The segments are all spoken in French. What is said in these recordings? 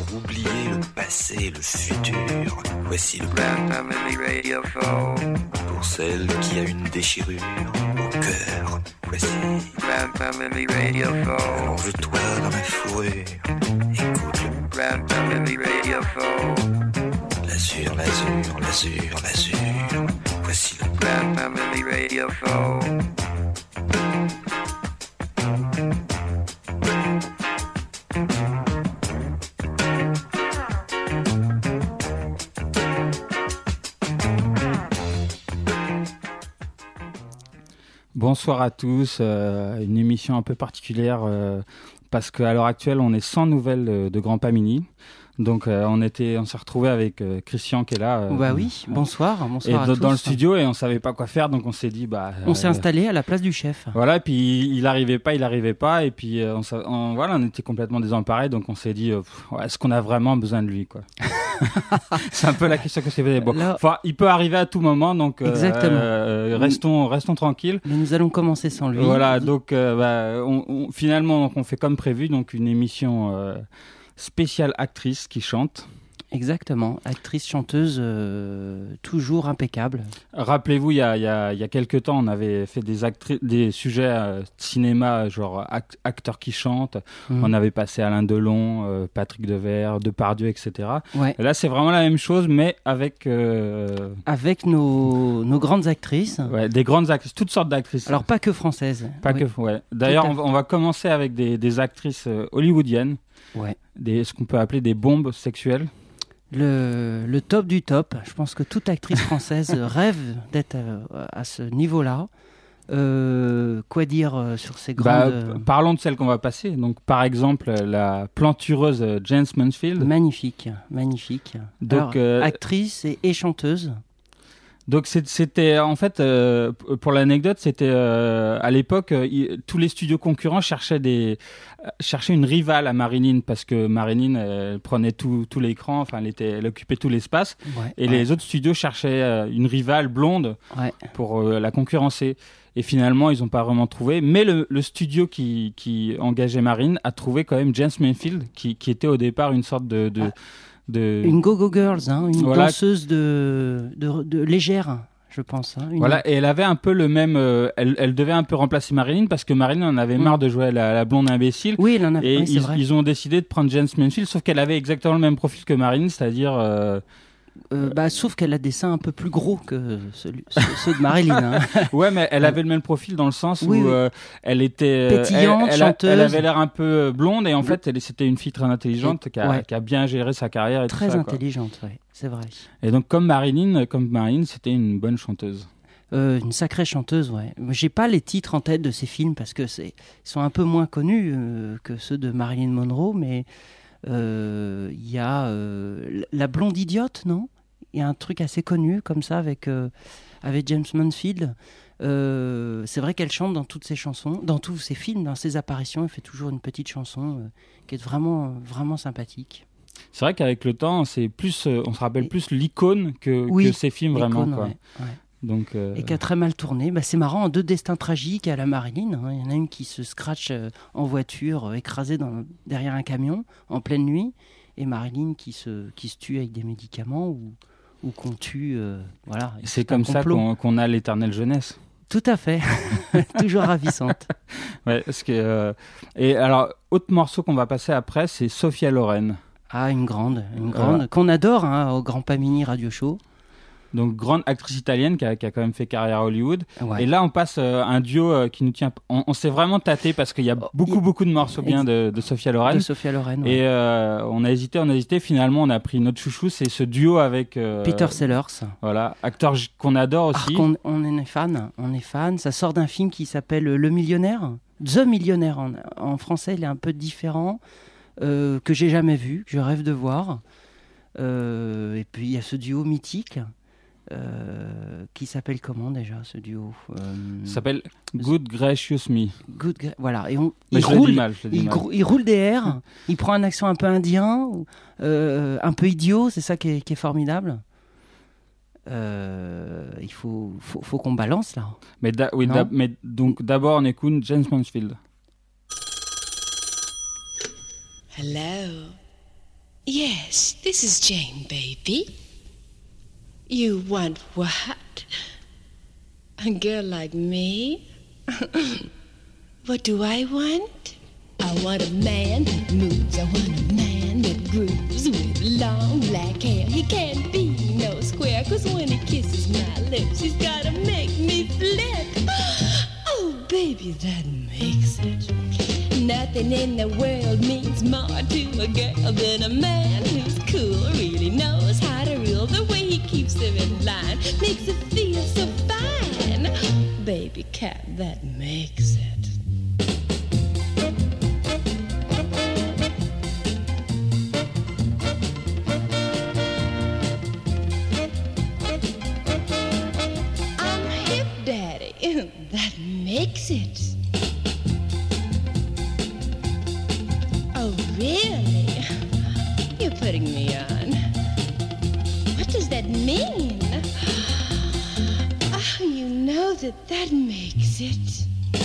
Oubliez le passé, le futur. Voici le Grand Family Radio Show. Pour celle qui a une déchirure au cœur. Voici Grand Family Radio Show. Allonge-toi dans la fourrure. Écoute le Grand Family Radio Show. L'azur, l'azur, l'azur, l'azur. Voici le Grand Family Radio Show. Bonsoir à tous, une émission un peu particulière parce qu'à l'heure actuelle on est sans nouvelles de Grand Pamini. Donc on s'est retrouvé avec Christian qui est là. Bah oui, bonsoir et à tous. Dans le studio et on savait pas quoi faire, donc on s'est dit on s'est installé à la place du chef. Voilà, et puis il arrivait pas et puis on était complètement désemparés, donc on s'est dit est-ce qu'on a vraiment besoin de lui quoi. C'est un peu la question que c'est posée. Bon, il peut arriver à tout moment, donc restons tranquilles. Mais nous allons commencer sans lui. Voilà, donc finalement on fait comme prévu, donc une émission spéciale actrice qui chante. Exactement, actrice, chanteuse, toujours impeccable. Rappelez-vous, il y a quelques temps, on avait fait des sujets cinéma, genre acteurs qui chantent. On avait passé Alain Delon, Patrick Devers, Depardieu, etc. Ouais. Et là, c'est vraiment la même chose, mais avec nos grandes actrices. Ouais, des grandes actrices, toutes sortes d'actrices. Alors pas que françaises. Ouais. D'ailleurs, on va commencer avec des actrices hollywoodiennes. Ouais. Ce qu'on peut appeler des bombes sexuelles. Le top du top. Je pense que toute actrice française rêve d'être à ce niveau-là. Quoi dire sur ces grandes... Parlons de celles qu'on va passer. Donc, par exemple, la plantureuse Jane Mansfield. Magnifique. Donc, actrice et chanteuse. Donc c'était en fait pour l'anecdote, c'était à l'époque tous les studios concurrents cherchaient une rivale à Marilyn parce que Marilyn elle prenait tout l'écran, enfin elle occupait tout l'espace et les autres studios cherchaient une rivale blonde pour la concurrencer. Et finalement, ils n'ont pas vraiment trouvé. Mais le studio qui engageait Marilyn a trouvé quand même Jane Mansfield qui était au départ une sorte de une go-go girls, une danseuse de légère, je pense. Voilà, et elle avait un peu le même... elle devait un peu remplacer Marilyn parce que Marilyn en avait marre de jouer la blonde imbécile. Oui, elle en avait. Et c'est vrai. Ils ont décidé de prendre Jane Mansfield, sauf qu'elle avait exactement le même profil que Marilyn, c'est-à-dire... sauf qu'elle a des seins un peu plus gros que ceux de Marilyn. Ouais, mais elle avait le même profil dans le sens où elle était pétillante, chanteuse. Elle avait l'air un peu blonde et en fait, c'était une fille très intelligente qui a bien géré sa carrière. Et très tout ça, intelligente, c'est vrai. Et donc, comme Marilyn, c'était une bonne chanteuse. Une sacrée chanteuse, ouais. J'ai pas les titres en tête de ces films parce que ils sont un peu moins connus que ceux de Marilyn Monroe, mais y a La blonde idiote, non ? Il y a un truc assez connu comme ça avec Jane Mansfield. C'est vrai qu'elle chante dans toutes ses chansons, dans tous ses films, dans ses apparitions. Elle fait toujours une petite chanson qui est vraiment, vraiment sympathique. C'est vrai qu'avec le temps, c'est plus, on se rappelle plus l'icône que ses films vraiment. Quoi. Ouais. Donc, et qui a très mal tourné. C'est marrant, 2 destins tragiques à la Marilyn. Il y en a une qui se scratche en voiture, écrasée derrière un camion en pleine nuit, et Marilyn qui se tue avec des médicaments ou qu'on tue. Voilà. C'est comme ça qu'on a l'éternelle jeunesse. Tout à fait, toujours ravissante. Ouais, parce que et alors autre morceau qu'on va passer après, c'est Sophia Loren. Ah, une grande, qu'on adore au Grand Pamini Radio Show. Donc, grande actrice italienne qui a quand même fait carrière à Hollywood. Ouais. Et là, on passe un duo qui nous tient... On s'est vraiment tâté parce qu'il y a beaucoup de morceaux bien de Sophia Loren. De Sophia Loren, ouais. Et on a hésité. Finalement, on a pris notre chouchou. C'est ce duo avec... Peter Sellers. Voilà, acteur qu'on adore aussi. On est fan. Ça sort d'un film qui s'appelle Le Millionnaire. The Millionnaire. En français, il est un peu différent. Que j'ai jamais vu, que je rêve de voir. Et puis, il y a ce duo mythique... qui s'appelle comment déjà ce duo Ça s'appelle Good Gracious Me. Voilà, et il roule des airs, il prend un accent un peu indien, un peu idiot, c'est ça qui est formidable. Il faut qu'on balance là. Mais donc d'abord on écoute Jane Mansfield. Hello. Yes, this is Jane, baby. You want what? A girl like me? What do I want? I want a man that moves. I want a man that grooves with long black hair. He can't be no square, 'cause when he kisses my lips, he's gotta make me flip. Oh, baby, that makes it. Nothing in the world means more to a girl than a man who's cool, really knows how to rule. The way he keeps her in line makes her feel so fine. Baby cat, that makes it. That makes it. Oh, really? You're putting me on. What does that mean? Oh, you know that makes it.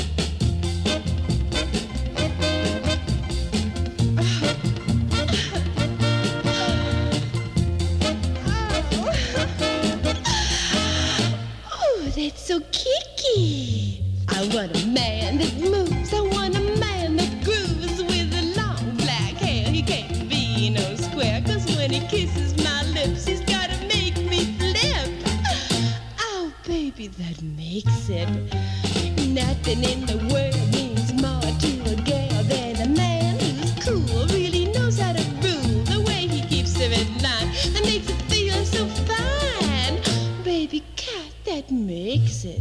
Oh, that's so kicky. I want a man that moves. I want a man that grooves with a long black hair. He can't be no square, 'cause when he kisses my lips, he's gotta make me flip. Oh, baby, that makes it. Nothing in the world means more to a girl than a man who's cool, really knows how to rule. The way he keeps her in line, that makes it feel so fine. Baby cat, that makes it.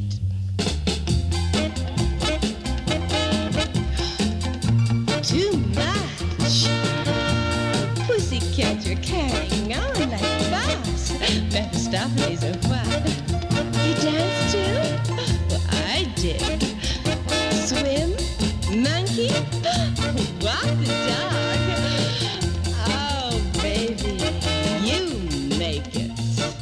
Too much. Pussycat, you're carrying on like boss. Better stop these or what? You dance too? Well, I did. Swim? Monkey? Walk the dog? Oh, baby, you make it.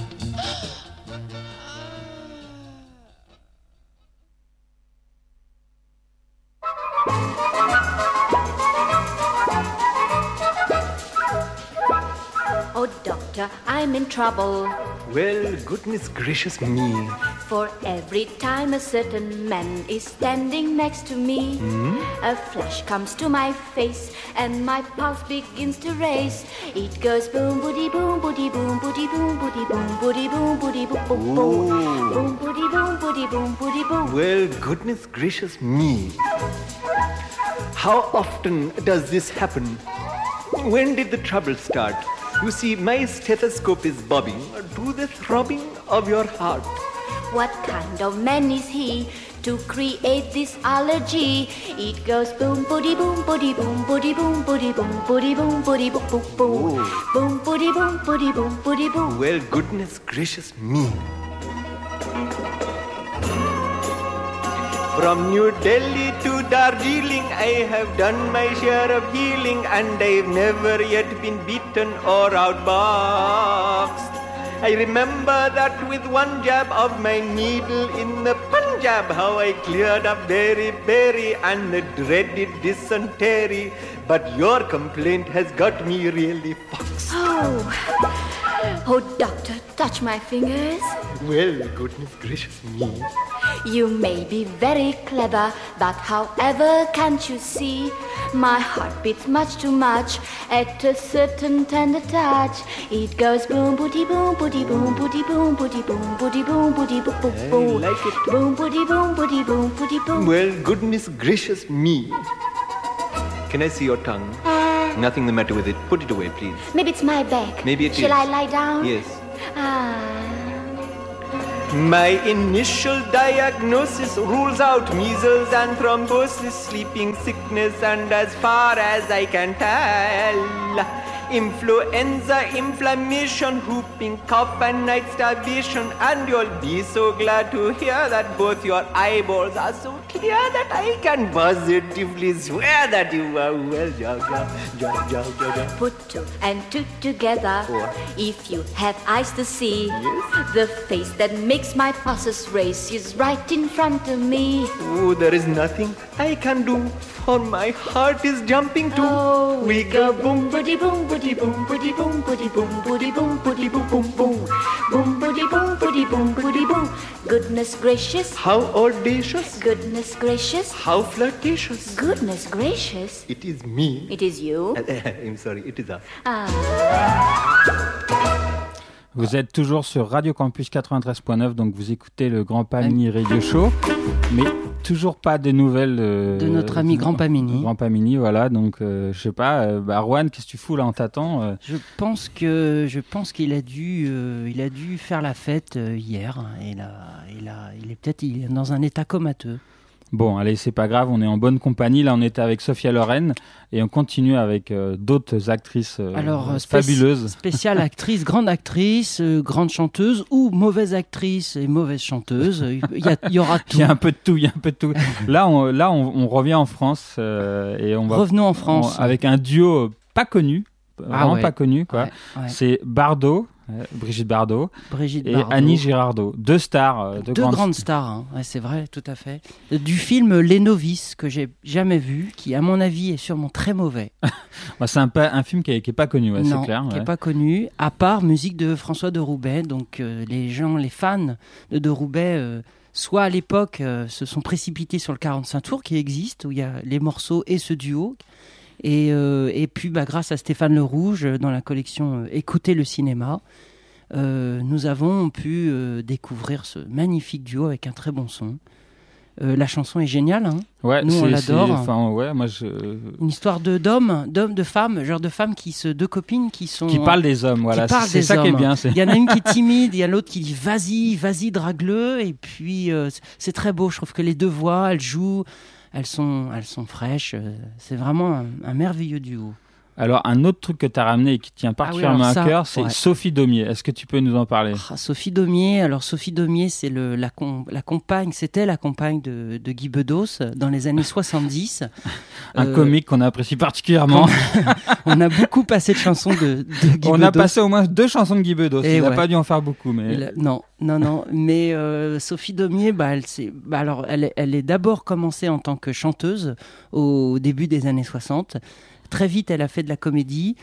Oh, doctor, I'm in trouble. Well, goodness gracious me. For every time a certain man is standing next to me, a flash comes to my face and my pulse begins to race. It goes boom, boody, boom, boody, boom, boody, boom, boody, boom, boody, boom, boody, boom, boom, boom, boom, boody, boom, boody, boom, boody, boom. Well, goodness gracious me. How often does this happen? When did the trouble start? You see, my stethoscope is bobbing to the throbbing of your heart. What kind of man is he to create this allergy? It goes boom, boody, boom, boody, boom, boody, boom, boody, boom, boody, boom, boody, boom, boom, boom, boom, boody, boom, boody, boom, boody, boom. Well, goodness gracious me. From New Delhi to Darjeeling, I have done my share of healing, and I've never yet been beaten or outboxed. I remember that with one jab of my needle in the Punjab, how I cleared up berry and the dreaded dysentery. But your complaint has got me really foxed. Oh, doctor, touch my fingers. Well, goodness gracious me. You may be very clever, but however can't you see? My heart beats much too much at a certain tender touch. It goes boom, boody, boom, boody, boom, boody, boom, boody, boom, boody, boom, boody, boom, boom, boom. I like it. Boom, boody, boom, boody, boom, boody, boom. Well, goodness gracious me. Can I see your tongue? Nothing the matter with it. Put it away, please. Maybe it's my back. Maybe it is. Shall I lie down? Yes. My initial diagnosis rules out measles and thrombosis, sleeping sickness, and as far as I can tell, influenza, inflammation, whooping cough, and night starvation. And you'll be so glad to hear that both your eyeballs are so clear that I can positively swear that you are well. Put two and two together. If you have eyes to see, the face that makes my pulses race is right in front of me. Oh, there is nothing I can do, for my heart is jumping too. Oh, we go boom, boody, boom, boody. boody boom boody boom boody boom boody boom boody boom boom boom boom boody boom boody boom boody boom. Goodness gracious, How audacious, goodness gracious, how flirtatious. goodness gracious. It is me. It is you. I'm sorry, it is us. Vous êtes toujours sur Radio Campus 93.9, donc vous écoutez le Grand Pamini Radio Show, mais toujours pas des nouvelles de notre ami Grand Pamini. Grand Pamini, voilà, donc je sais pas, Arwan, qu'est-ce que tu fous là, on t'attend Je pense qu'il a dû faire la fête hier. Il est dans un état comateux. Bon, allez, c'est pas grave, on est en bonne compagnie. Là, on était avec Sophia Loren et on continue avec d'autres actrices fabuleuses. Spéciale actrice, grande chanteuse ou mauvaise actrice et mauvaise chanteuse. Il y aura tout. Il y a un peu de tout. Là, on revient en France et on va. Revenons en France. Avec un duo pas connu, vraiment pas connu, quoi. Ouais. C'est Brigitte Bardot et Bardot. Annie Girardot, deux stars, deux grandes stars, hein. Ouais, c'est vrai, tout à fait. Du film Les Novices, que j'ai jamais vu, qui à mon avis est sûrement très mauvais. C'est un film qui est pas connu, ouais, non, c'est clair. Qui est pas connu, à part musique de François de Roubaix. Donc les fans de Roubaix, soit à l'époque se sont précipités sur le 45 tours qui existe, où il y a les morceaux et ce duo. Et puis, grâce à Stéphane Le Rouge, dans la collection Écoutez le cinéma, nous avons pu découvrir ce magnifique duo avec un très bon son. La chanson est géniale, hein. Ouais, nous on l'adore. Une histoire de femmes, genre de femmes deux copines qui parlent des hommes, voilà. C'est ça qui est bien. Il y en a une qui est timide, il y a l'autre qui dit vas-y, drague-le. Et puis c'est très beau. Je trouve que les deux voix, elles jouent. Elles sont fraîches, c'est vraiment un merveilleux duo. Alors, un autre truc que tu as ramené et qui tient particulièrement à cœur, c'est Sophie Daumier. Est-ce que tu peux nous en parler ? Sophie Daumier, c'est la compagne, c'était la compagne de Guy Bedos dans les années 70. Un comique qu'on apprécie particulièrement. On a beaucoup passé de chansons de Guy Bedos. On a passé au moins 2 chansons de Guy Bedos. Il n'a pas dû en faire beaucoup. Mais... Non. Mais Sophie Daumier, elle est d'abord commencée en tant que chanteuse au début des années 60. Très vite, elle a fait de la comédie,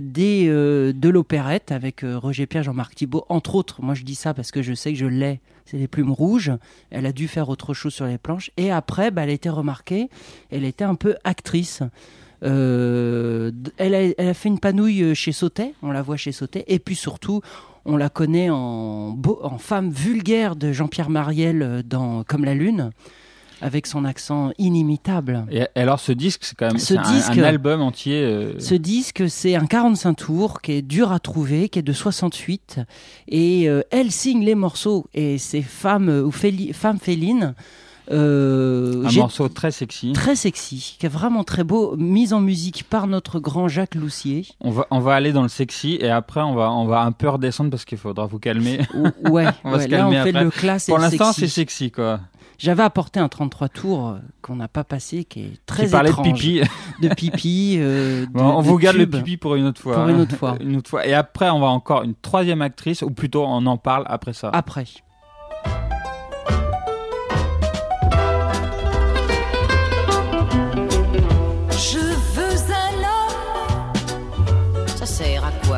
de l'opérette avec Roger Pierre, Jean-Marc Thibault, entre autres. Moi, je dis ça parce que je sais que je l'ai. C'est Les Plumes Rouges. Elle a dû faire autre chose sur les planches. Et après, elle a été remarquée. Elle était un peu actrice. Elle a fait une panouille chez Sautet. On la voit chez Sautet. Et puis surtout, on la connaît en femme vulgaire de Jean-Pierre Mariel dans Comme la Lune, avec son accent inimitable. Et alors ce disque, c'est quand même un album entier. Ce disque, c'est un 45 tours qui est dur à trouver, qui est de 68. Et elle signe les morceaux. Et c'est Femme Féline. Un morceau très sexy, qui est vraiment très beau, mis en musique par notre grand Jacques Loussier. On va aller dans le sexy et après on va un peu redescendre parce qu'il faudra vous calmer. Ouais, on va se là calmer on fait après. le classe et pour le l'instant sexy. c'est sexy quoi. J'avais apporté un 33 tours qu'on n'a pas passé, qui est très étrange. Qui parlait de pipi. On vous garde le pipi pour une autre fois. Une autre fois. Et après on va encore une troisième actrice, ou plutôt on en parle après ça. Après. Sert à quoi?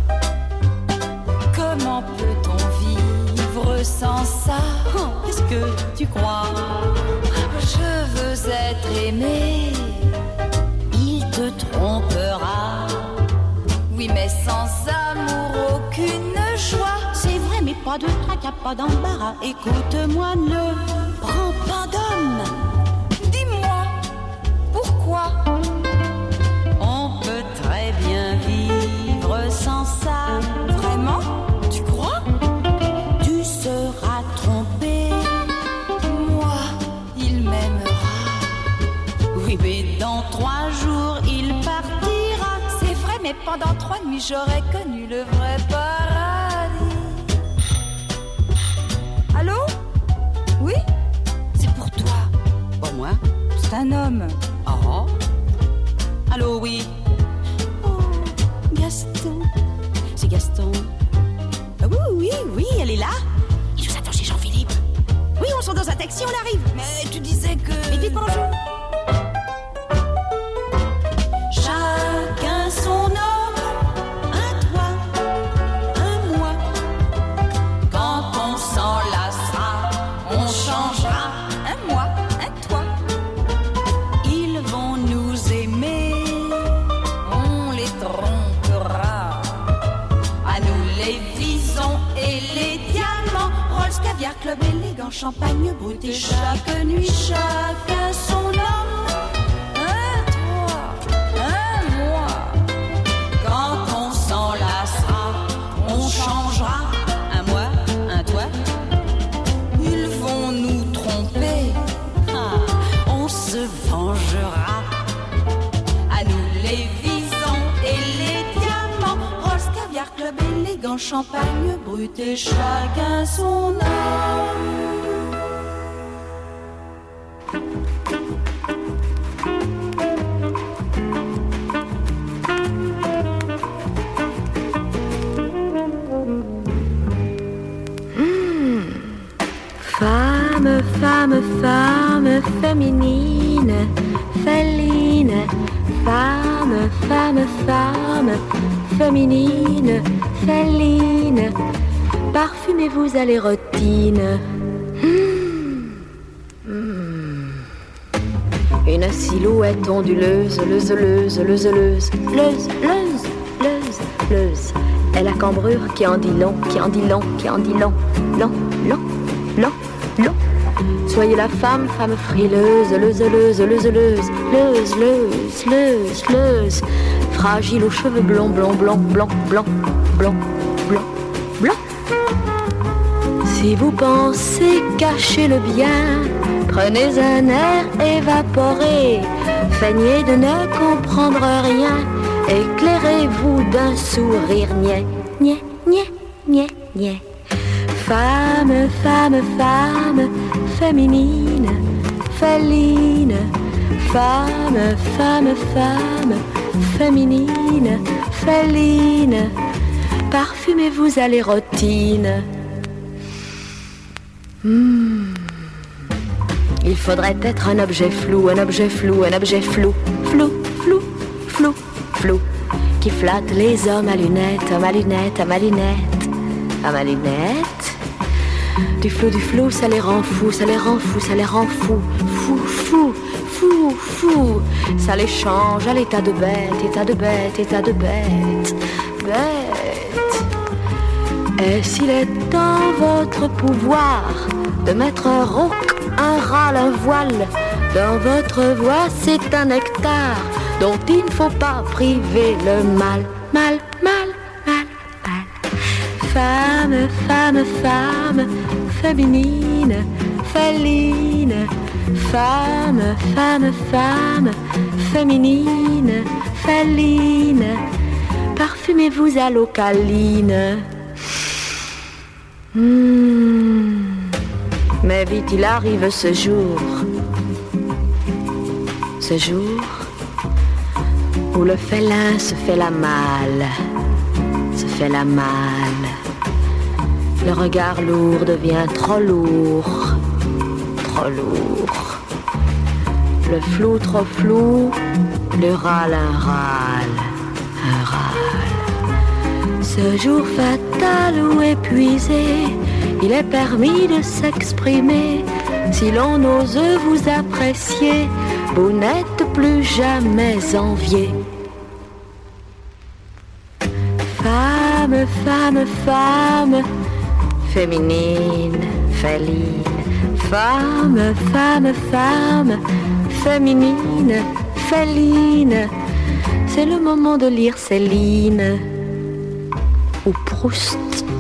Comment peut-on vivre sans ça? Qu'est-ce que tu crois? Je veux être aimé, il te trompera. Oui, mais sans amour, aucune joie. C'est vrai, mais pas de tracas, pas d'embarras. Écoute-moi, ne prends pas d'homme. Dis-moi, pourquoi? Très bien vivre sans ça. Vraiment? Tu crois? Tu seras trompé. Moi, il m'aimera. Oui, mais dans 3 jours, il partira. C'est vrai, mais pendant 3 nuits, j'aurais connu le vrai paradis. Allô? Oui? C'est pour toi. Pour moi? C'est un homme. Oh. Allô, oui? Gaston, c'est Gaston. Oui, elle est là. Il nous attend chez Jean-Philippe. Oui, on sort dans un taxi, on arrive. Mais tu disais que... Mais vite, bonjour. Chacun son homme, en champagne brut et chaque nuit chacun son homme. Un toi, un moi. Quand on s'enlacera, on changera. Un moi, un toi. Ils vont nous tromper, on se vengera. À nous les visons et les diamants, Rolls, caviar, club élégant, champagne brut et chacun son âme. Femme, femme, femme, féminine, féline. Femme, femme, femme, féminine, féline. Parfumez-vous à l'érotine. Une silhouette onduleuse, leuse, leuse, leuse, leuse, leuse, leuse, leuse, leuse. Et la cambrure qui en dit long, qui en dit long, qui en dit long, long, long, long, long. Soyez la femme, femme frileuse, leuse, leuse, leuse, leuse, leuse, leuse, leuse, leuse. Fragile aux cheveux blonds, blonds, blonds, blancs, blancs, blancs, blancs, blancs. Si vous pensez cacher le bien, prenez un air évaporé, feignez de ne comprendre rien, éclairez-vous d'un sourire niais, niais, niais, niais, niais. Femme, femme, femme, féminine, féline. Femme, femme, femme, féminine, féline. Parfumez-vous à l'érotine. Il faudrait être un objet flou, un objet flou, un objet flou, flou, flou, flou, flou, qui flatte les hommes à lunettes, hommes à lunettes, hommes à lunettes, hommes à lunettes. Du flou, ça les rend fous, ça les rend fous, ça les rend fous, fou, fou, fou, fou. Ça les change à l'état de bête, état de bête, état de bête, bête. Et s'il est en votre pouvoir de mettre un roc, un râle, un voile dans votre voix, c'est un nectar dont il ne faut pas priver le mal, mal, mal, mal, mal. Femme, femme, femme, féminine, féline. Femme, femme, femme, féminine, féline. Parfumez-vous à l'ocaline. Mais vite il arrive ce jour où le félin se fait la malle, se fait la malle. Le regard lourd devient trop lourd, trop lourd. Le flou trop flou, le râle un râle, un râle. Ce jour fatal ou épuisé, il est permis de s'exprimer. Si l'on ose vous apprécier, vous n'êtes plus jamais envié. Femme, femme, femme, féminine, féline. Femme, femme, femme, féminine, féline. C'est le moment de lire Céline ou Proust.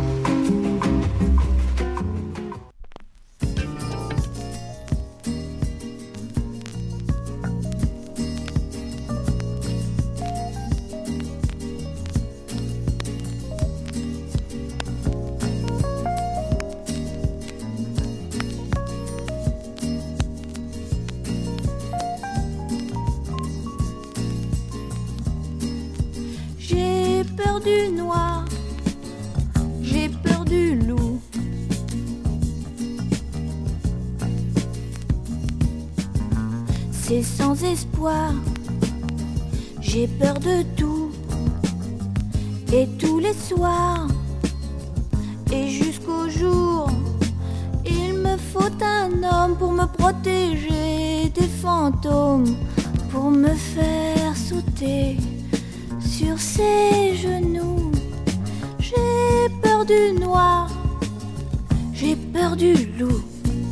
J'ai peur du noir, j'ai peur du loup. C'est sans espoir, j'ai peur de tout. Et tous les soirs, et jusqu'au jour, il me faut un homme pour me protéger des fantômes, pour me faire sauter sur ses genoux. J'ai peur du noir, j'ai peur du loup.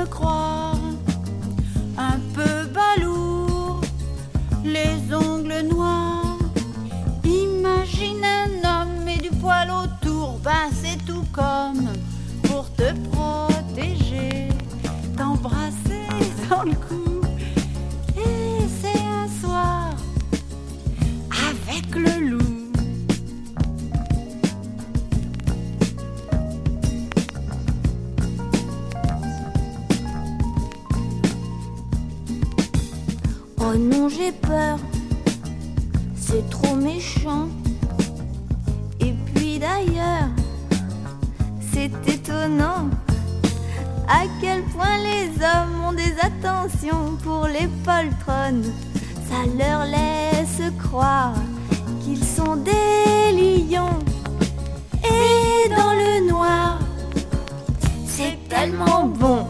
me croire un peu balourd, les ongles noirs. Imagine un homme et du poil autour, ben c'est tout comme pour te protéger, t'embrasser dans le cou. Et c'est un soir avec le loup. Oh non, j'ai peur, c'est trop méchant. Et puis d'ailleurs, c'est étonnant à quel point les hommes ont des attentions pour les poltronnes. Ça leur laisse croire qu'ils sont des lions. Et dans le noir, c'est tellement bon.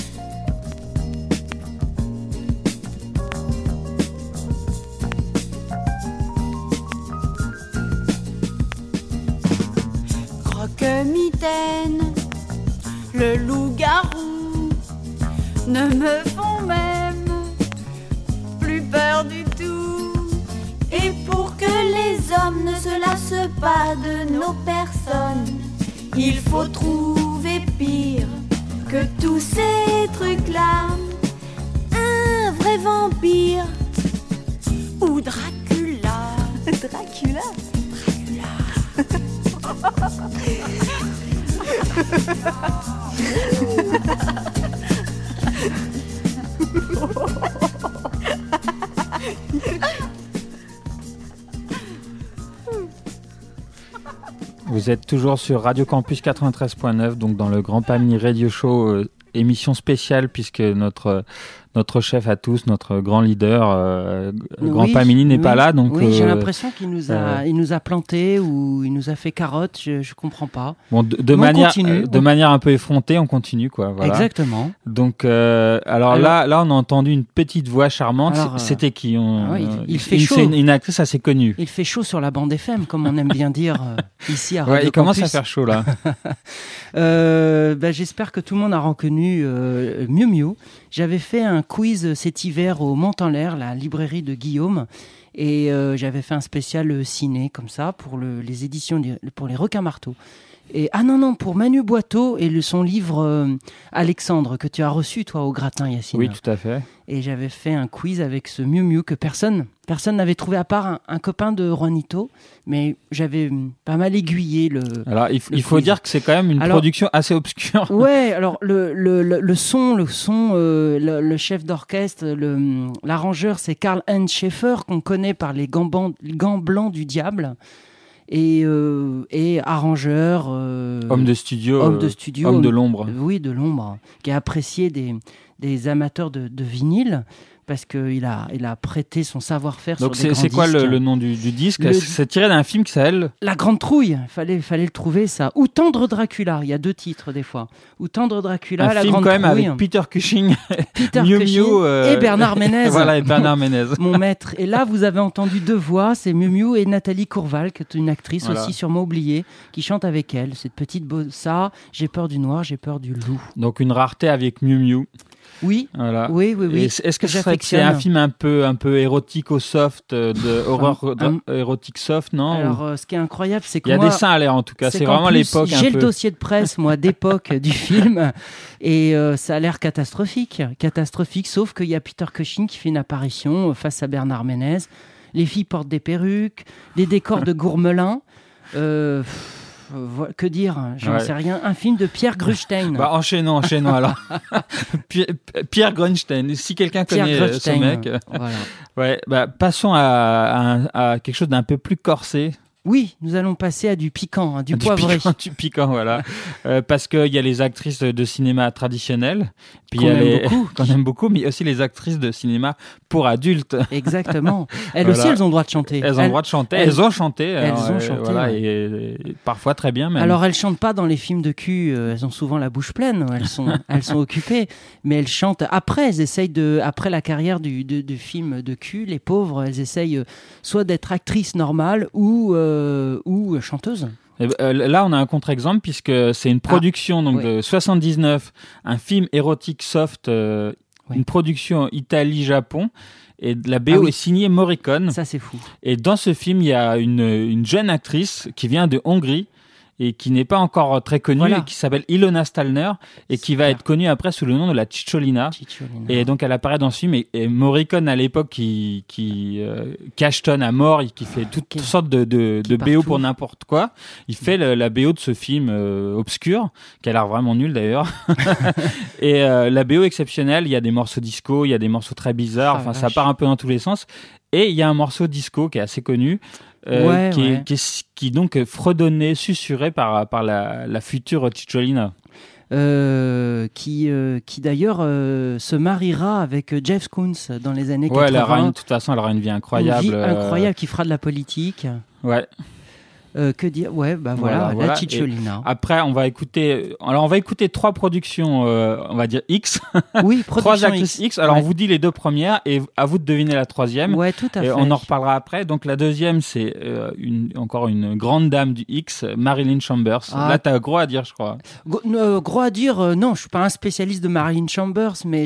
Croque-mitaine, le loup-garou ne me font même plus peur du tout. Et pour que les hommes ne se lassent pas de nos personnes, il faut trouver pire que tous ces trucs-là. Un vrai vampire ou Dracula. Dracula. Vous êtes toujours sur Radio Campus 93.9, donc dans le Grand Pamini Radio Show, émission spéciale puisque notre chef à tous, notre grand leader, Grand Pamini n'est pas là. Donc, j'ai l'impression qu'il nous a planté ou il nous a fait carotte, je comprends pas. Bon, de manière un peu effrontée, on continue, quoi. Voilà. Exactement. Donc, alors là, on a entendu une petite voix charmante. Alors, c'était qui il fait chaud. C'est une actrice assez connue. Il fait chaud sur la bande FM, comme on aime bien dire ici à Radio Campus. Il commence à faire chaud là. J'espère que tout le monde a reconnu Miu Miu. J'avais fait un quiz cet hiver au Mont-en-l'Air, la librairie de Guillaume, et j'avais fait un spécial ciné comme ça pour les éditions pour les Requins-Marteaux. Et pour Manu Boiteau et son livre Alexandre que tu as reçu toi au gratin, Yacine. Oui, tout à fait. Et j'avais fait un quiz avec ce Miu Miu que personne n'avait trouvé à part un copain de Juanito, mais j'avais pas mal aiguillé le. Alors il faut dire que c'est quand même une production assez obscure. Ouais, alors le son, le chef d'orchestre, l'arrangeur, c'est Karl-Heinz Schaeffer qu'on connaît par les gants blancs du diable. Et arrangeur, homme de studio, homme de l'ombre. Oui, de l'ombre, qui est apprécié des amateurs de vinyle parce qu'il a prêté son savoir-faire sur des grands disques. Donc c'est quoi le nom du disque ? C'est tiré d'un film qui s'appelle La Grande Trouille. Fallait le trouver ça. Ou Tendre Dracula. Il y a 2 titres des fois. Ou Tendre Dracula, La Grande Trouille. Un film quand même avec Peter Cushing, Miu Miu et Bernard Ménez. Voilà, et Bernard Ménez. Mon maître. Et là, vous avez entendu 2 voix. C'est Miu Miu et Nathalie Courval, qui est une actrice aussi sûrement oubliée, qui chante avec elle. Cette petite bossa. J'ai peur du noir, j'ai peur du loup. Donc une rareté avec Miu Miu. Oui, voilà. Oui. Est-ce que c'est un film un peu érotique au soft, horreur érotique soft, non? Alors, ce qui est incroyable, c'est que il y a des seins à l'air en tout cas. C'est vraiment l'époque. J'ai le dossier de presse, moi, d'époque du film, et ça a l'air catastrophique, sauf qu'il y a Peter Cushing qui fait une apparition face à Bernard Ménez. Les filles portent des perruques, des décors de Gourmelin. Que dire, j'en sais rien. Un film de Pierre Grunstein. Enchaînons alors. Pierre Grunstein. Si quelqu'un connaît ce mec. Voilà. Passons à quelque chose d'un peu plus corsé. Oui, nous allons passer à du piquant, du poivré. Du piquant, voilà. Parce qu'il y a les actrices de cinéma traditionnelles, puis qu'on aime beaucoup, mais aussi les actrices de cinéma pour adultes. Exactement. Elles aussi, elles ont le droit de chanter. Elles ont le droit de chanter. Elles ont chanté. Voilà, et parfois très bien même. Alors, elles chantent pas dans les films de cul. Elles ont souvent la bouche pleine. Elles sont occupées. Mais elles chantent après. Elles essayent après la carrière du film de cul, les pauvres, elles essayent soit d'être actrices normales ou chanteuse. Là, on a un contre-exemple puisque c'est une production de 79, un film érotique soft, une production Italie-Japon. Et la BO est signée Morricone. Ça, c'est fou. Et dans ce film, il y a une jeune actrice qui vient de Hongrie et qui n'est pas encore très connue et qui s'appelle Ilona Stalner et qui va être connue après sous le nom de la Cicciolina. Et donc, elle apparaît dans ce film et Morricone, à l'époque, qui cachetonne à mort et qui fait toutes sortes de BO pour n'importe quoi. Il fait la BO de ce film obscur, qui a l'air vraiment nul d'ailleurs. Et la BO exceptionnelle, il y a des morceaux disco, il y a des morceaux très bizarres, ça part un peu dans tous les sens. Et il y a un morceau disco qui est assez connu, qui donc fredonnait, susurré par la future Cicciolina. Qui d'ailleurs se mariera avec Jeff Koons dans les années 80. De toute façon, elle aura une vie incroyable. Une vie incroyable, qui fera de la politique. Ouais. Que dire ? Voilà, la Cicciolina. Et après, on va écouter 3 productions, on va dire X. Oui, 3 actrices X. Alors, on vous dit les 2 premières et à vous de deviner la 3e. Ouais, tout à fait. On en reparlera après. Donc, la 2e, c'est encore une grande dame du X, Marilyn Chambers. Là, t'as gros à dire, je crois. Gros à dire, non, je suis pas un spécialiste de Marilyn Chambers, mais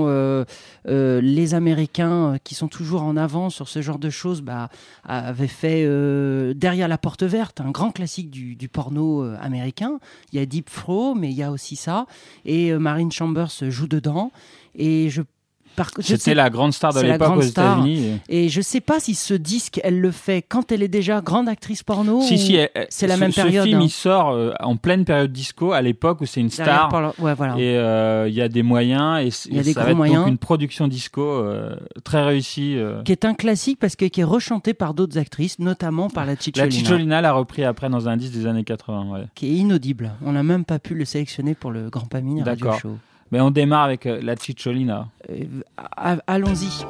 les Américains qui sont toujours en avant sur ce genre de choses, avaient fait Derrière la porte verte, un grand classique du porno américain. Il y a Deep Throat, mais il y a aussi ça. Et Marilyn Chambers joue dedans. Et c'était la grande star de l'époque aux États-Unis. Et je sais pas si ce disque, elle le fait quand elle est déjà grande actrice porno. C'est la même période. Ce film, il sort en pleine période disco, à l'époque où c'est une star. Voilà. Et il y a des moyens. Et ça va être donc une production disco très réussie. Qui est un classique parce qui est rechanté par d'autres actrices, notamment par la Cicciolina. La Cicciolina l'a repris après dans un disque des années 80. Ouais. Qui est inaudible. On n'a même pas pu le sélectionner pour le Grand Pamine Radio Show. Mais on démarre avec la Cicciolina. Allons-y.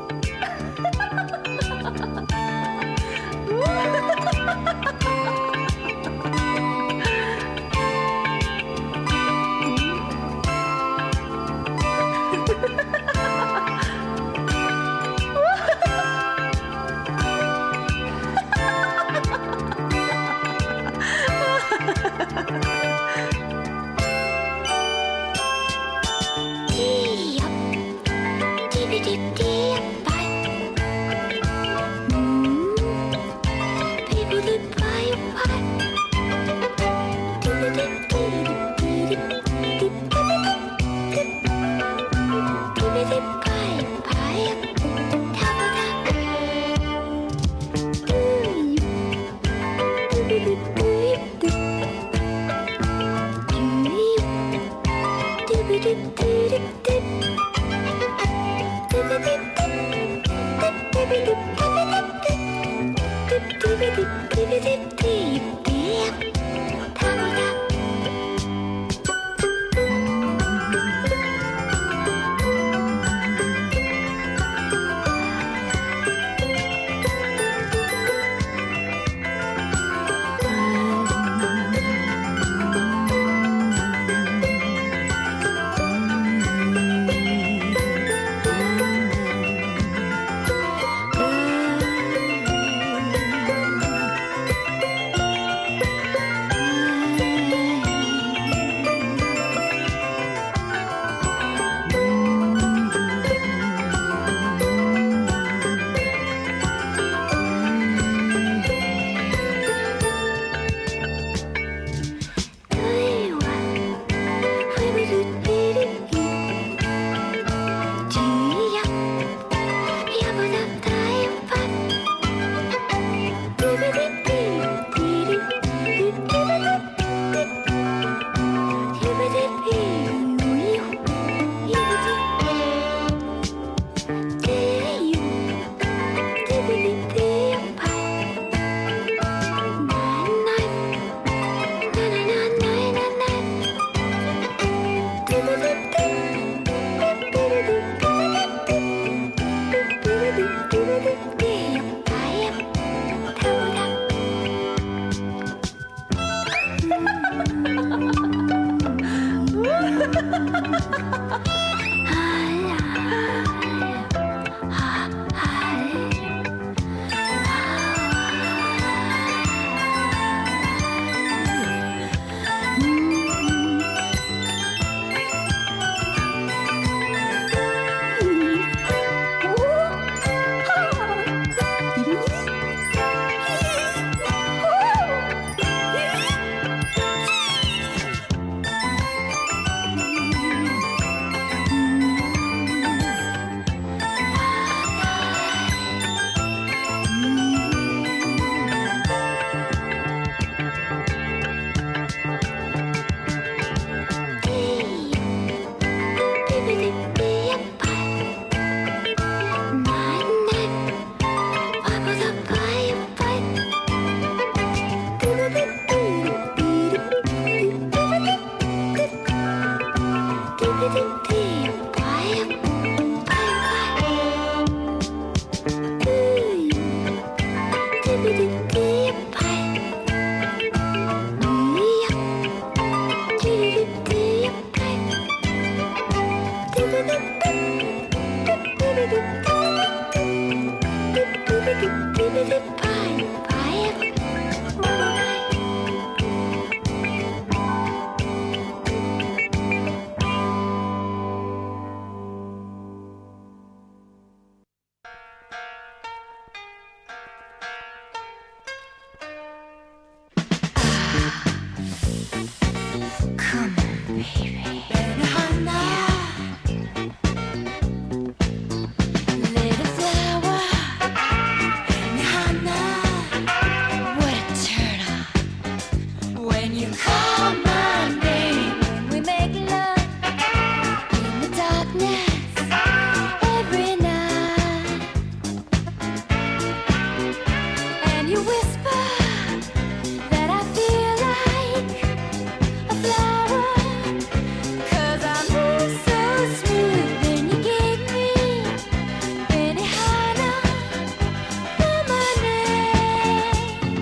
you whisper that I feel like a flower, 'cause I move so smooth when you gave me Benihana for my name.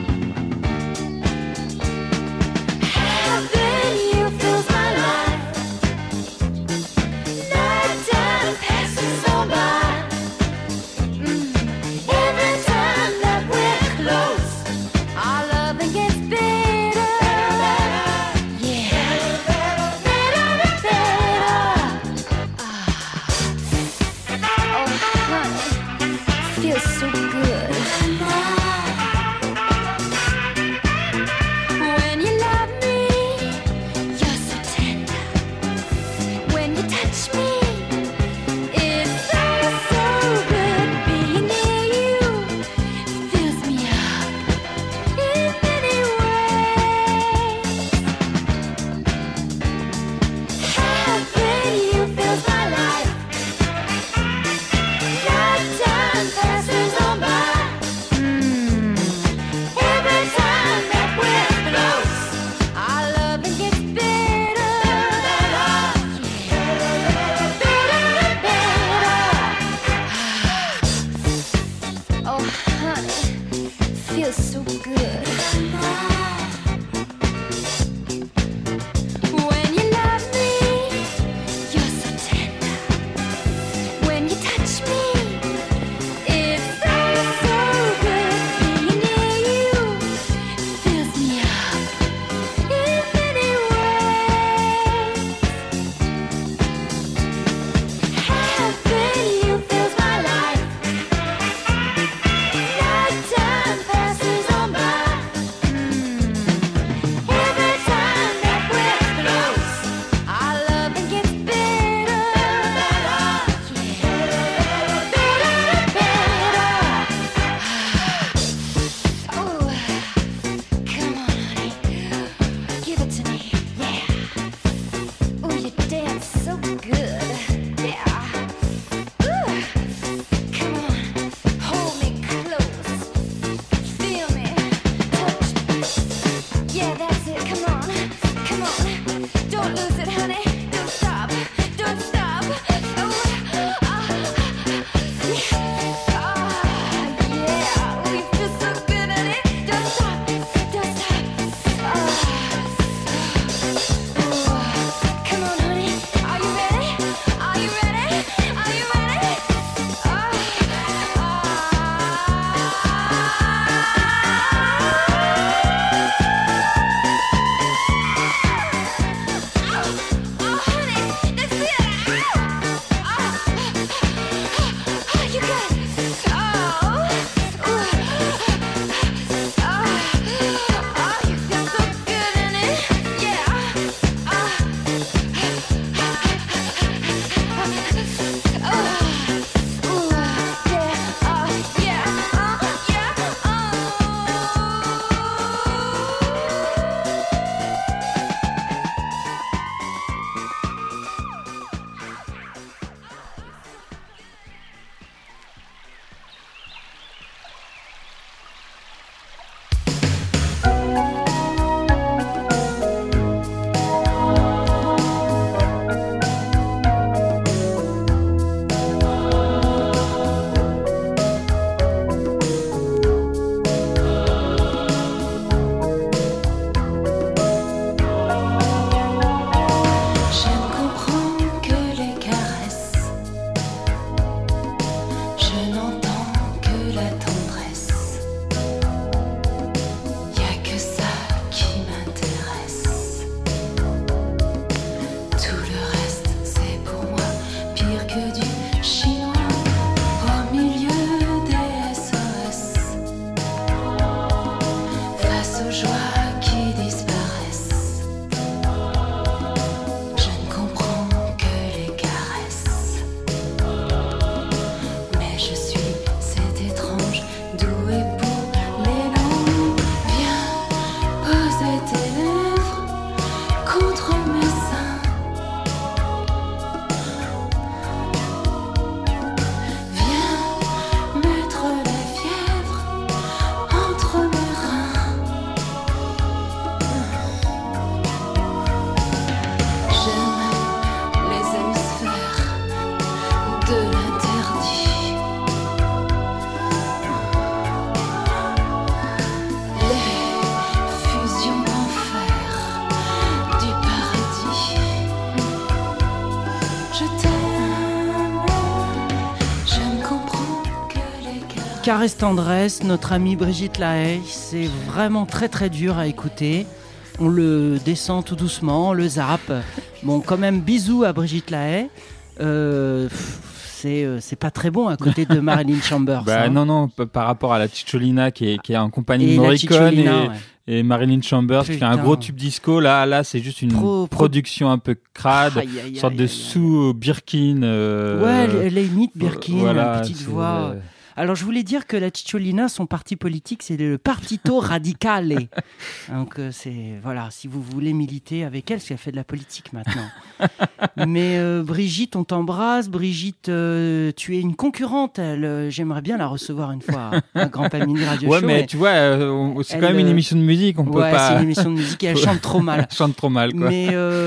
Having you fills my life. Nighttime passes on by. Every time that we're close, our loving gets better. Yeah, better and better. Oh, honey, feels so good. When you love me, you're so tender. When you touch me, it feels so good. Being near you fills me up in many ways. Having you fills my life. Nighttime passes on by. Every time that we're close, our loving gets better. Better and better. Oh, honey, feels so good. When you love me, you're so tender. When you touch me, it feels so good. Being near you fills me up in many ways. Having you fills my life. Nighttime passes on by. Every time that we're close, our loving gets better. Better and better. Oh, come on, honey, give it to me, yeah. Oh, you dance so good, yeah. Ooh, come on, hold me close, feel me, touch me. Yeah, that's it. Come on, don't lose it, honey. Don't stop, don't stop. Oh, yeah, we feel so good, honey. Don't stop, don't stop. Come on, honey. Are you ready? Are you ready? Are you ready? caresse tendresse, notre amie Brigitte Lahaie. C'est vraiment très très dur à écouter. On le descend tout doucement, on le zappe. Bon, quand même, bisous à Brigitte Lahaie. C'est pas très bon à côté de Marilyn Chambers. Non, par rapport à la Cicciolina qui est en compagnie de Morricone et Marilyn Chambers qui fait un gros tube disco. Là, c'est juste une production un peu crade, une sorte de sous Birkin. Elle est limite Birkin, petite voix. Alors, je voulais dire que la Cicciolina, son parti politique, c'est le Partito Radicale. Donc, si vous voulez militer avec elle, parce qu'elle fait de la politique maintenant. Mais Brigitte, on t'embrasse. Brigitte, tu es une concurrente. J'aimerais bien la recevoir une fois à Grand Palmini Radio Show. Ouais, mais tu vois, c'est quand même une émission de musique. On peut pas. C'est une émission de musique et elle chante trop mal. Elle chante trop mal, quoi. Mais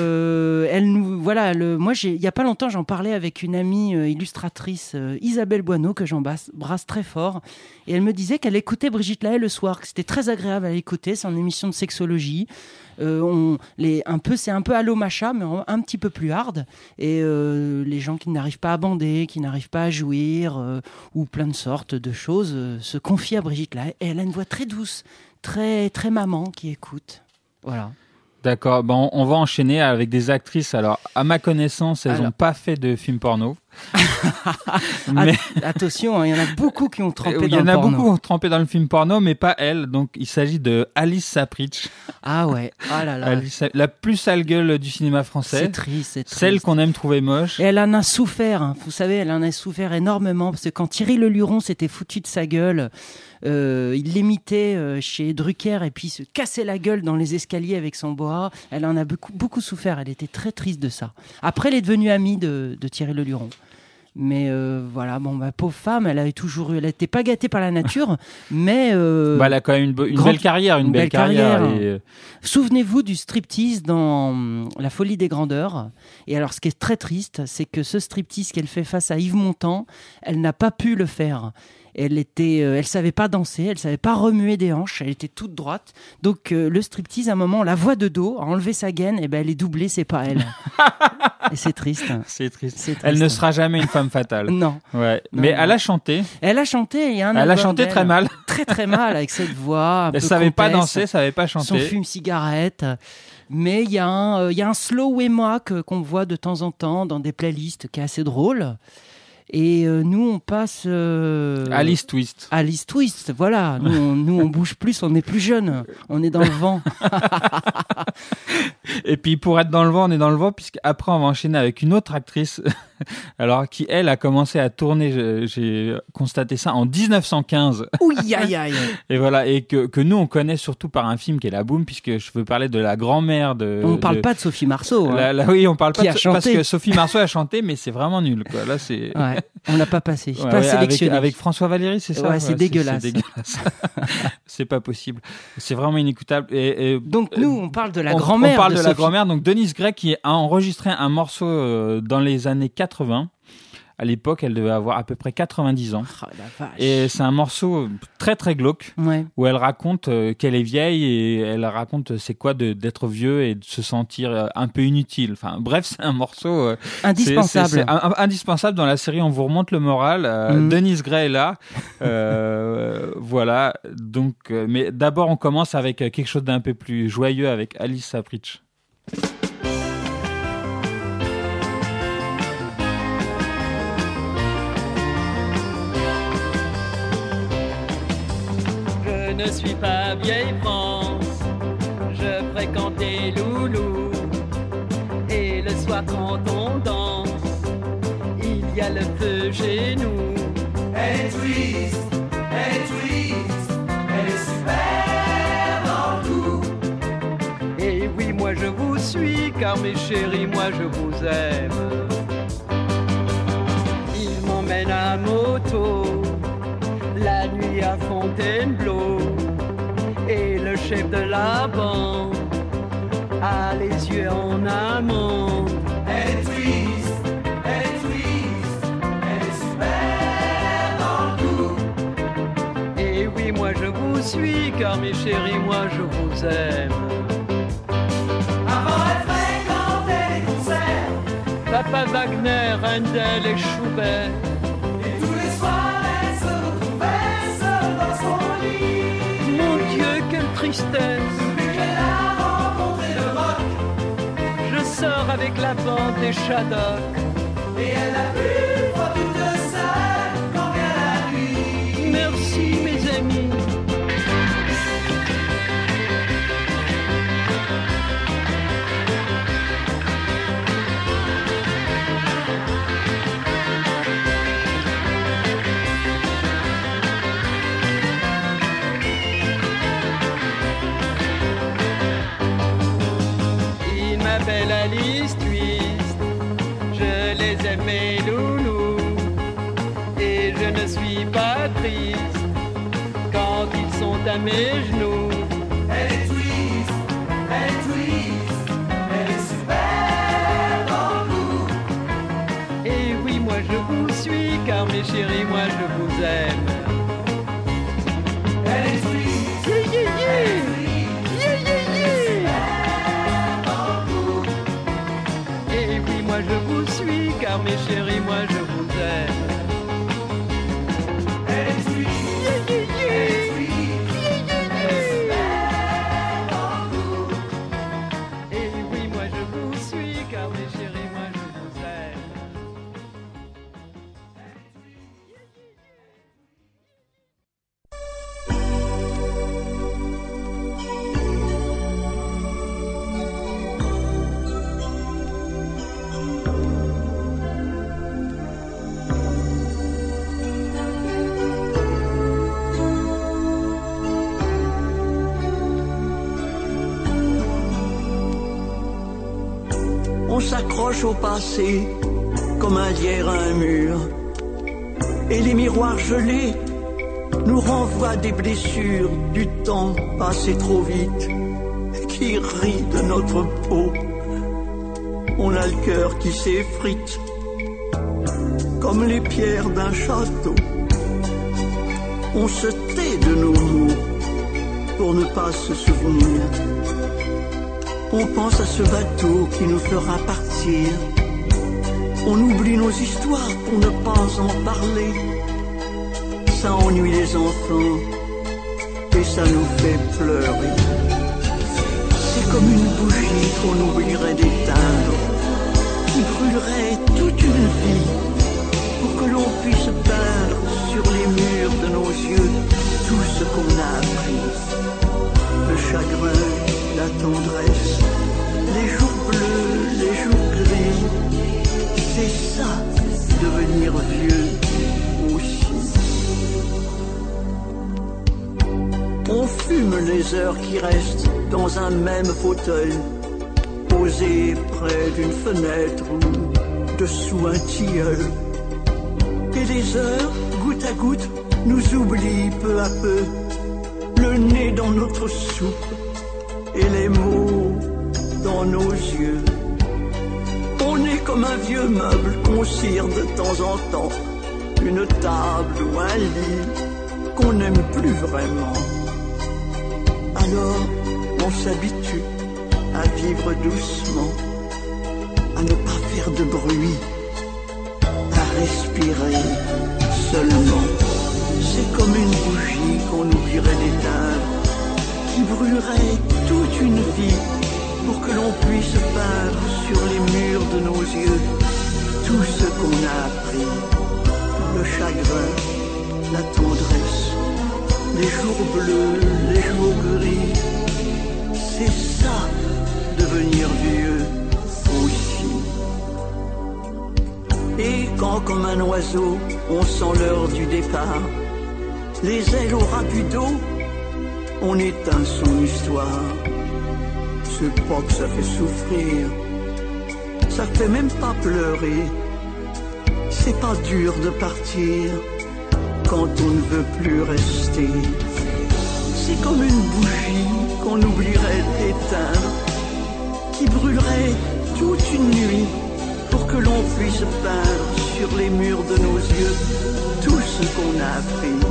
moi, il y a pas longtemps, j'en parlais avec une amie illustratrice, Isabelle Boineau, que j'embrasse très fort, et elle me disait qu'elle écoutait Brigitte Lahaie le soir, que c'était très agréable à écouter. C'est une émission de sexologie. C'est un peu Allo Macha, mais un petit peu plus hard. Et les gens qui n'arrivent pas à bander, qui n'arrivent pas à jouir, ou plein de sortes de choses, se confient à Brigitte Lahaie. Et elle a une voix très douce, très, très maman qui écoute. Voilà. D'accord, on va enchaîner avec des actrices. Alors, à ma connaissance, elles n'ont pas fait de film porno. Mais... Attention, il y en a beaucoup qui ont trempé dans le porno. Il y en a beaucoup qui ont trempé dans le film porno, mais pas elle. Donc, il s'agit de Alice Sapritch. Ah ouais, oh là là. La plus sale gueule du cinéma français. C'est triste. Celle qu'on aime trouver moche. Et elle en a souffert, hein. Vous savez, elle en a souffert énormément, parce que quand Thierry Leluron s'était foutu de sa gueule, il l'imitait chez Drucker et puis se cassait la gueule dans les escaliers avec son boa. Elle en a beaucoup souffert. Elle était très triste de ça. Après, elle est devenue amie de Thierry Leluron. Mais pauvre femme, elle n'était pas gâtée par la nature, mais elle a quand même une belle carrière, une belle carrière. Souvenez-vous du striptease dans La Folie des Grandeurs. Et alors, ce qui est très triste, c'est que ce striptease qu'elle fait face à Yves Montand, elle n'a pas pu le faire. Elle savait pas danser, elle savait pas remuer des hanches, elle était toute droite. Donc le striptease, à un moment, on la voit de dos, a enlevé sa gaine, et elle est doublée, c'est pas elle. Et c'est triste. C'est triste. Elle ne sera jamais une femme fatale. Non. Ouais. Mais elle a chanté. Elle a chanté. Elle a chanté très mal. Très très mal avec cette voix. Elle savait pas danser, savait pas chanter. Son fume-cigarette. Mais il y a un slow wema qu'on voit de temps en temps dans des playlists qui est assez drôle. Et nous, on passe... Alice Twist. Alice Twist, voilà. Nous, on bouge plus, on est plus jeune. On est dans le vent. Et puis, pour être dans le vent, on est dans le vent, puisqu'après, on va enchaîner avec une autre actrice, alors qui, elle, a commencé à tourner, j'ai constaté ça, en 1915. Oui, aïe, aïe. Et voilà, et que nous, on connaît surtout par un film qui est La Boum, puisque je veux parler de la grand-mère de... On ne parle pas de Sophie Marceau. Hein, oui, on parle pas de parce que Sophie Marceau a chanté, mais c'est vraiment nul, quoi. Là, c'est... Ouais. On l'a pas passé. Pas sélectionné. Avec François Valéry, c'est ça. Ouais, c'est dégueulasse. C'est dégueulasse. C'est pas possible. C'est vraiment inécoutable. Donc nous, on parle de la grand-mère. On parle de la grand-mère. Donc Denise Gray qui a enregistré un morceau dans les années 80. À l'époque, elle devait avoir à peu près 90 ans. Oh, la vache. Et c'est un morceau très très glauque, ouais, où elle raconte qu'elle est vieille et elle raconte c'est quoi d'être vieux et de se sentir un peu inutile. Enfin bref, c'est un morceau indispensable. C'est indispensable dans la série. On vous remonte le moral. Denise Gray est là. Voilà. Donc, mais d'abord, on commence avec quelque chose d'un peu plus joyeux avec Alice Sapritch. Je ne suis pas vieille France, je fréquentais Loulou. Et le soir quand on danse, il y a le feu chez nous. Elle est triste, elle est super dans tout. Et oui, moi je vous suis, car mes chéris, moi je vous aime. Il m'emmène à moto, la nuit à Fontainebleau. Et le chef de la bande a les yeux en amande. Elle est triste, elle est super dans tout. Et oui, moi je vous suis, car mes chéris, moi je vous aime. Avant elle fréquentait les concerts, Papa Wagner, Handel et Schubert. Et tous les soirs elle se retrouvait tristesse. Depuis qu'elle a rencontré le rock, Je sors avec la bande des Shadocks. et elle a plus froid toute seule quand vient la nuit. Merci mes amis. Ils m'appellent Alice Twist. Je les aime mes loulous. Et je ne suis pas triste quand ils sont à mes genoux. Elle est twist, elle est super dans le coup. Et oui, moi je vous suis, car mes chéris, moi je vous aime. Elle est twist, Yeah, yeah, yeah. Yeah, yeah, yeah. Et oui, moi je vous suis, car mes chéris, moi je vous aime. elle est twist, Yeah, yeah, yeah. Et oui, moi je vous suis, car mes chéris, moi je vous aime. On s'accroche au passé comme un lierre à un mur. Et les miroirs gelés nous renvoient des blessures du temps passé trop vite qui rit de notre peau. On a le cœur qui s'effrite comme les pierres d'un château. On se tait de nos mots pour ne pas se souvenir. On pense à ce bateau qui nous fera partir. On oublie nos histoires pour ne pas en parler. Ça ennuie les enfants et ça nous fait pleurer. C'est comme une bougie qu'on oublierait d'éteindre, qui brûlerait toute une vie pour que l'on puisse peindre sur les murs de nos yeux tout ce qu'on a appris. Le chagrin, la tendresse, les jours bleus, les jours gris. C'est ça, devenir vieux aussi. On fume les heures qui restent dans un même fauteuil, posé près d'une fenêtre ou dessous un tilleul. Et les heures, goutte à goutte, nous oublient peu à peu, le nez dans notre soupe et les mots dans nos yeux. On est comme un vieux meuble qu'on cire de temps en temps, une table ou un lit qu'on n'aime plus vraiment. Alors on s'habitue à vivre doucement, à ne pas faire de bruit, à respirer seulement. C'est comme une bougie qu'on oublierait d'éteindre, qui brûlerait toute une vie pour que l'on puisse peindre sur les murs de nos yeux tout ce qu'on a appris. Le chagrin, la tendresse, les jours bleus, les jours gris. C'est ça, devenir vieux aussi. Et quand comme un oiseau, on sent l'heure du départ, les ailes au rapido, on éteint son histoire. C'est pas que ça fait souffrir, ça fait même pas pleurer. C'est pas dur de partir quand on ne veut plus rester. C'est comme une bougie qu'on oublierait d'éteindre, qui brûlerait toute une nuit pour que l'on puisse peindre sur les murs de nos yeux tout ce qu'on a appris.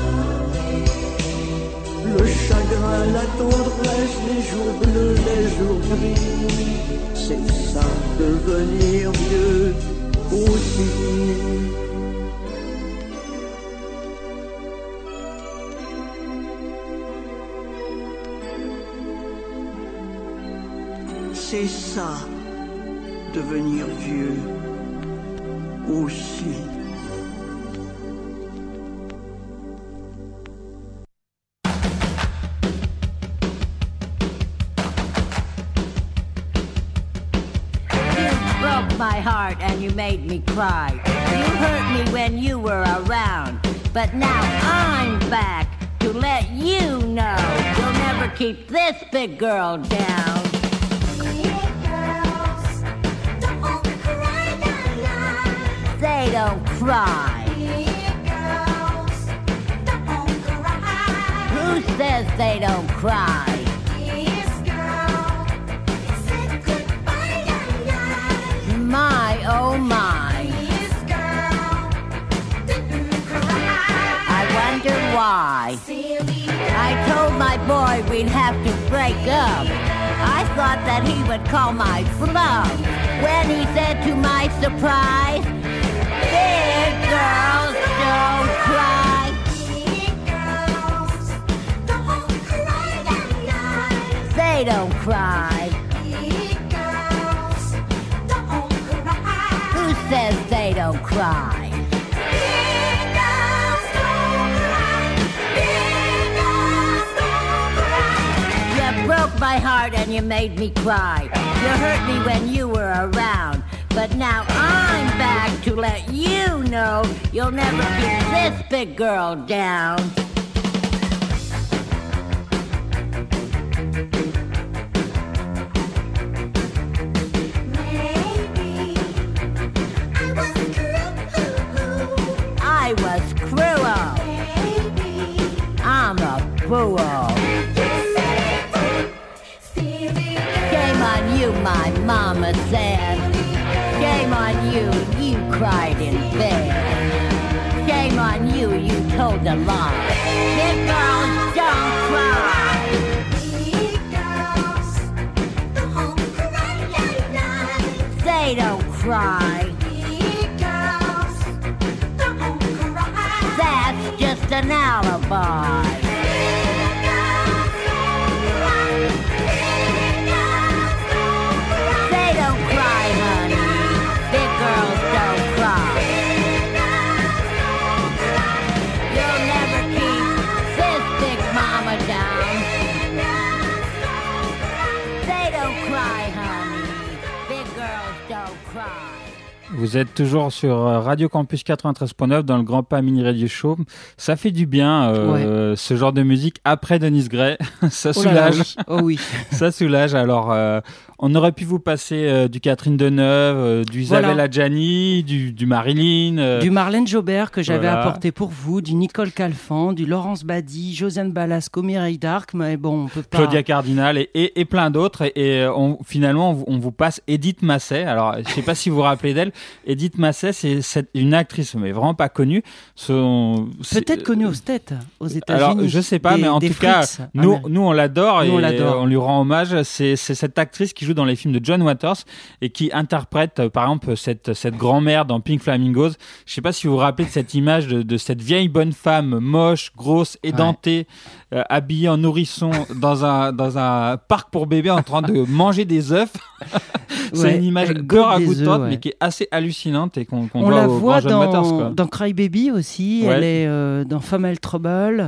Le chagrin, la tendresse, les jours bleus, les jours gris, c'est ça, devenir vieux aussi. c'est ça, devenir vieux aussi. My heart and you made me cry. You hurt me when you were around, but now I'm back to let you know you'll never keep this big girl down. They don't cry. Who says they don't cry? My, oh my. I wonder why. I told my boy we'd have to break up. I thought that he would call my bluff when he said to my surprise, big girls don't cry. They don't cry. Says they don't cry. Big girls don't cry. Big girls don't cry. You broke my heart and you made me cry. You hurt me when you were around, but now I'm back to let you know you'll never keep this big girl down. I was cruel. I'm a fool. Shame on you, my mama said. Shame on you, you cried in bed. Shame on you, you told a lie. Big girls don't cry. They don't cry. That's just an alibi. They don't cry, honey. Big girls don't cry. You'll never keep this big mama down. They don't cry, honey. Big girls don't cry. Vous êtes toujours sur Radio Campus 93.9 dans le Grand Pas Mini Radio Show. Ça fait du bien, ce genre de musique après Denise Gray. Ça soulage. Là, oui. Oh oui. Ça soulage. Alors, on aurait pu vous passer du Catherine Deneuve, du Isabelle Adjani, du Marilyn. Du Marlène Jobert que j'avais apporté pour vous, du Nicole Calfan, du Laurence Badi, Josiane Balasco, Mireille Darc, mais bon, on peut pas... Claudia Cardinal et plein d'autres. Et finalement, on vous passe Edith Masset. Alors, je sais pas si vous vous rappelez d'elle. Edith Masset, c'est une actrice, mais vraiment pas connue. Peut-être connue aux States, aux États-Unis. Alors, je sais pas, mais en tout cas, nous, on l'adore et on lui rend hommage. C'est cette actrice qui joue dans les films de John Waters et qui interprète, par exemple, cette grand-mère dans Pink Flamingos. Je sais pas si vous vous rappelez de cette image de cette vieille bonne femme moche, grosse, édentée, habillée en nourrisson dans un parc pour bébés en train de manger des œufs. C'est une image ragoûtante, mais qui est assez hallucinante et qu'on la voit au voit grand John Waters, quoi. dans Cry Baby aussi. Elle est dans Female Trouble,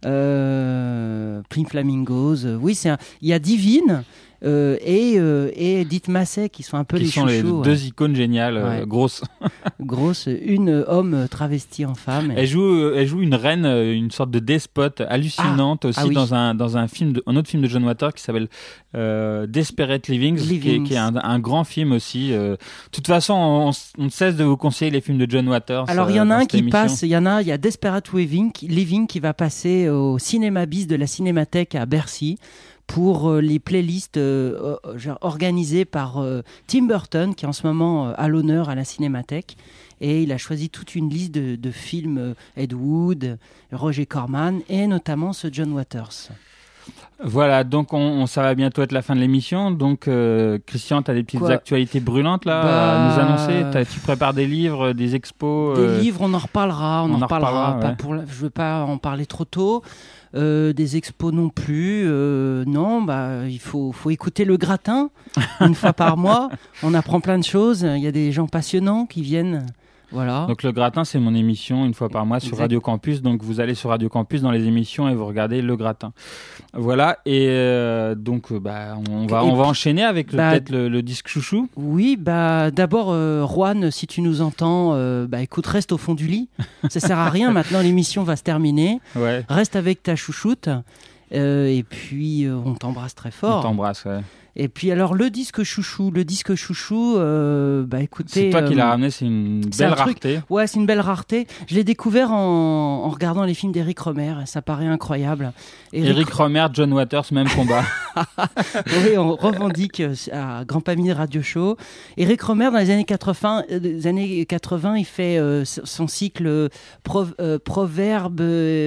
Pink Flamingos. Oui, il y a Divine. Et Edith Masset qui sont un peu les chouchous. Qui sont les deux icônes géniales, grosses. Grosses, une homme travesti en femme. Elle joue une reine, une sorte de despote hallucinante dans un autre film de John Waters qui s'appelle Desperate Livings. Qui est un grand film aussi. De toute façon, on ne cesse de vous conseiller les films de John Waters. Alors il y en a un qui passe, il y a Desperate Living qui va passer au Cinéma Bis de la Cinémathèque à Bercy pour les playlists organisées par Tim Burton, qui est en ce moment à l'honneur à la Cinémathèque. Et il a choisi toute une liste de films Ed Wood, Roger Corman et notamment ce John Waters. Voilà, donc ça va bientôt être la fin de l'émission. Donc, Christian, tu as des petites actualités brûlantes là à nous annoncer. Tu prépares des livres, des expos Des livres, on en reparlera. On en reparlera. Ouais. Je ne veux pas en parler trop tôt. Des expos non plus. Non, il faut écouter le gratin une fois par mois. On apprend plein de choses. Il y a des gens passionnants qui viennent. Voilà. Donc le gratin, c'est mon émission une fois par mois sur Radio Campus. Donc vous allez sur Radio Campus dans les émissions et vous regardez le gratin. Voilà. Et donc on va enchaîner avec peut-être le disque chouchou. Oui, d'abord Juan, si tu nous entends, écoute, reste au fond du lit. Ça sert à rien. Maintenant l'émission va se terminer. Ouais. Reste avec ta chouchoute. Et puis on t'embrasse très fort. On t'embrasse, ouais. Et puis alors le disque chouchou, écoutez... C'est toi qui l'as ramené, c'est une belle rareté. Ouais, c'est une belle rareté. Je l'ai découvert en regardant les films d'Éric Rohmer, ça paraît incroyable. Éric Rohmer, John Waters, même combat. Oui, on revendique à Grand Pamiers Radio Show. Éric Rohmer, dans les années 80, il fait son cycle proverbe...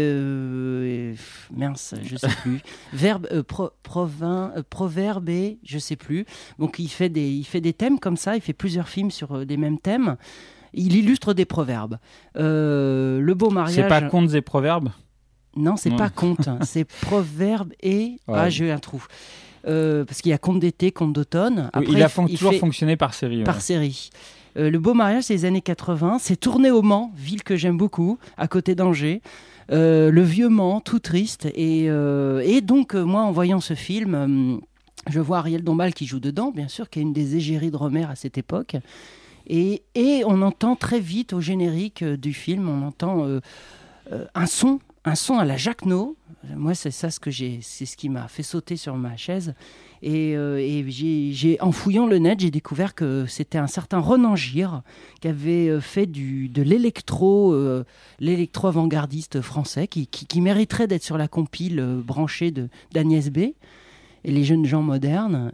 mince, je sais plus. Proverbe et... je sais plus. Donc il fait des thèmes comme ça, il fait plusieurs films sur des mêmes thèmes. Il illustre des proverbes. Le beau mariage. C'est pas contes et proverbes ? Non, c'est pas contes, c'est proverbes et j'ai un trou. Parce qu'il y a contes d'été, contes d'automne. Après, il a toujours fonctionné par série. Par série. Le beau mariage, c'est les années 80. C'est tourné au Mans, ville que j'aime beaucoup, à côté d'Angers. Le vieux Mans, tout triste. Et donc, moi, en voyant ce film... je vois Ariel Dombal qui joue dedans, bien sûr, qui est une des égéries de Rohmer à cette époque. Et on entend très vite au générique du film, on entend un son à la Jacquenot. Moi, c'est ce qui m'a fait sauter sur ma chaise. Et en fouillant le net, j'ai découvert que c'était un certain Ronan Gir qui avait fait de l'électro avant-gardiste français, qui mériterait d'être sur la compile branchée d'Agnès B. Et les jeunes gens modernes.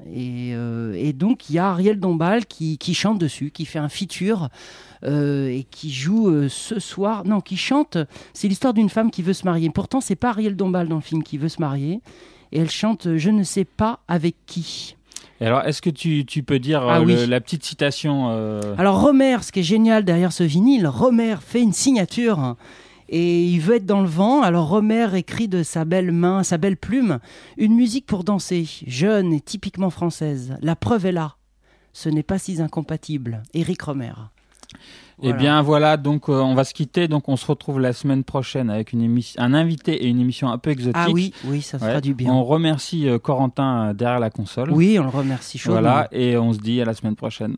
Et donc, il y a Ariel Dombal qui chante dessus, qui fait un feature et qui joue ce soir. Non, qui chante. C'est l'histoire d'une femme qui veut se marier. Pourtant, c'est pas Ariel Dombal dans le film qui veut se marier. Et elle chante « Je ne sais pas avec qui ». Et alors, est-ce que tu peux dire la petite citation Alors, Rohmer, ce qui est génial derrière ce vinyle, Rohmer fait une signature. Et il veut être dans le vent, alors Rohmer écrit de sa belle main, sa belle plume, une musique pour danser, jeune et typiquement française. La preuve est là, ce n'est pas si incompatible. Éric Rohmer. Voilà. Eh bien voilà, donc on va se quitter, donc on se retrouve la semaine prochaine avec un invité et une émission un peu exotique. Ah oui, ça fera du bien. On remercie Corentin derrière la console. Oui, on le remercie chaudement. Voilà, et on se dit à la semaine prochaine.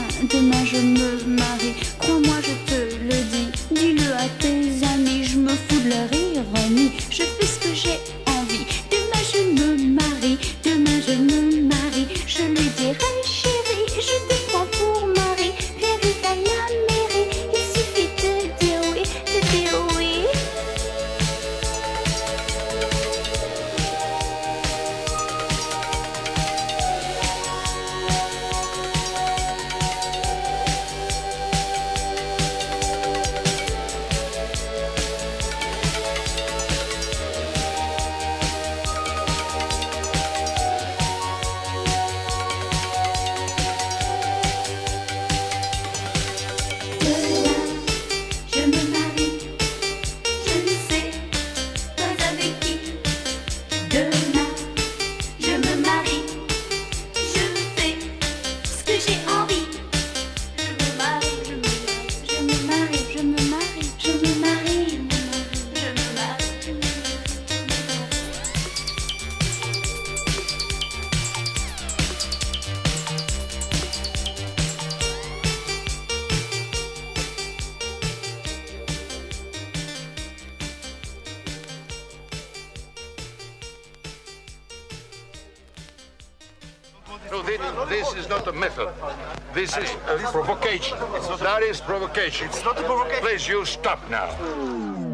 Demain je me marie, crois-moi je te le dis, dis-le à tes amis, je me fous nuit, je fais ce que j'ai envie. Demain je me marie, demain je me marie. Je lui dirai chérie, je te prends pour mari. Viens vite à la mairie, il suffit de dire oui, de dire oui. No, this is not a method. This is a provocation. That is provocation. It's not a provocation. Please, you stop now.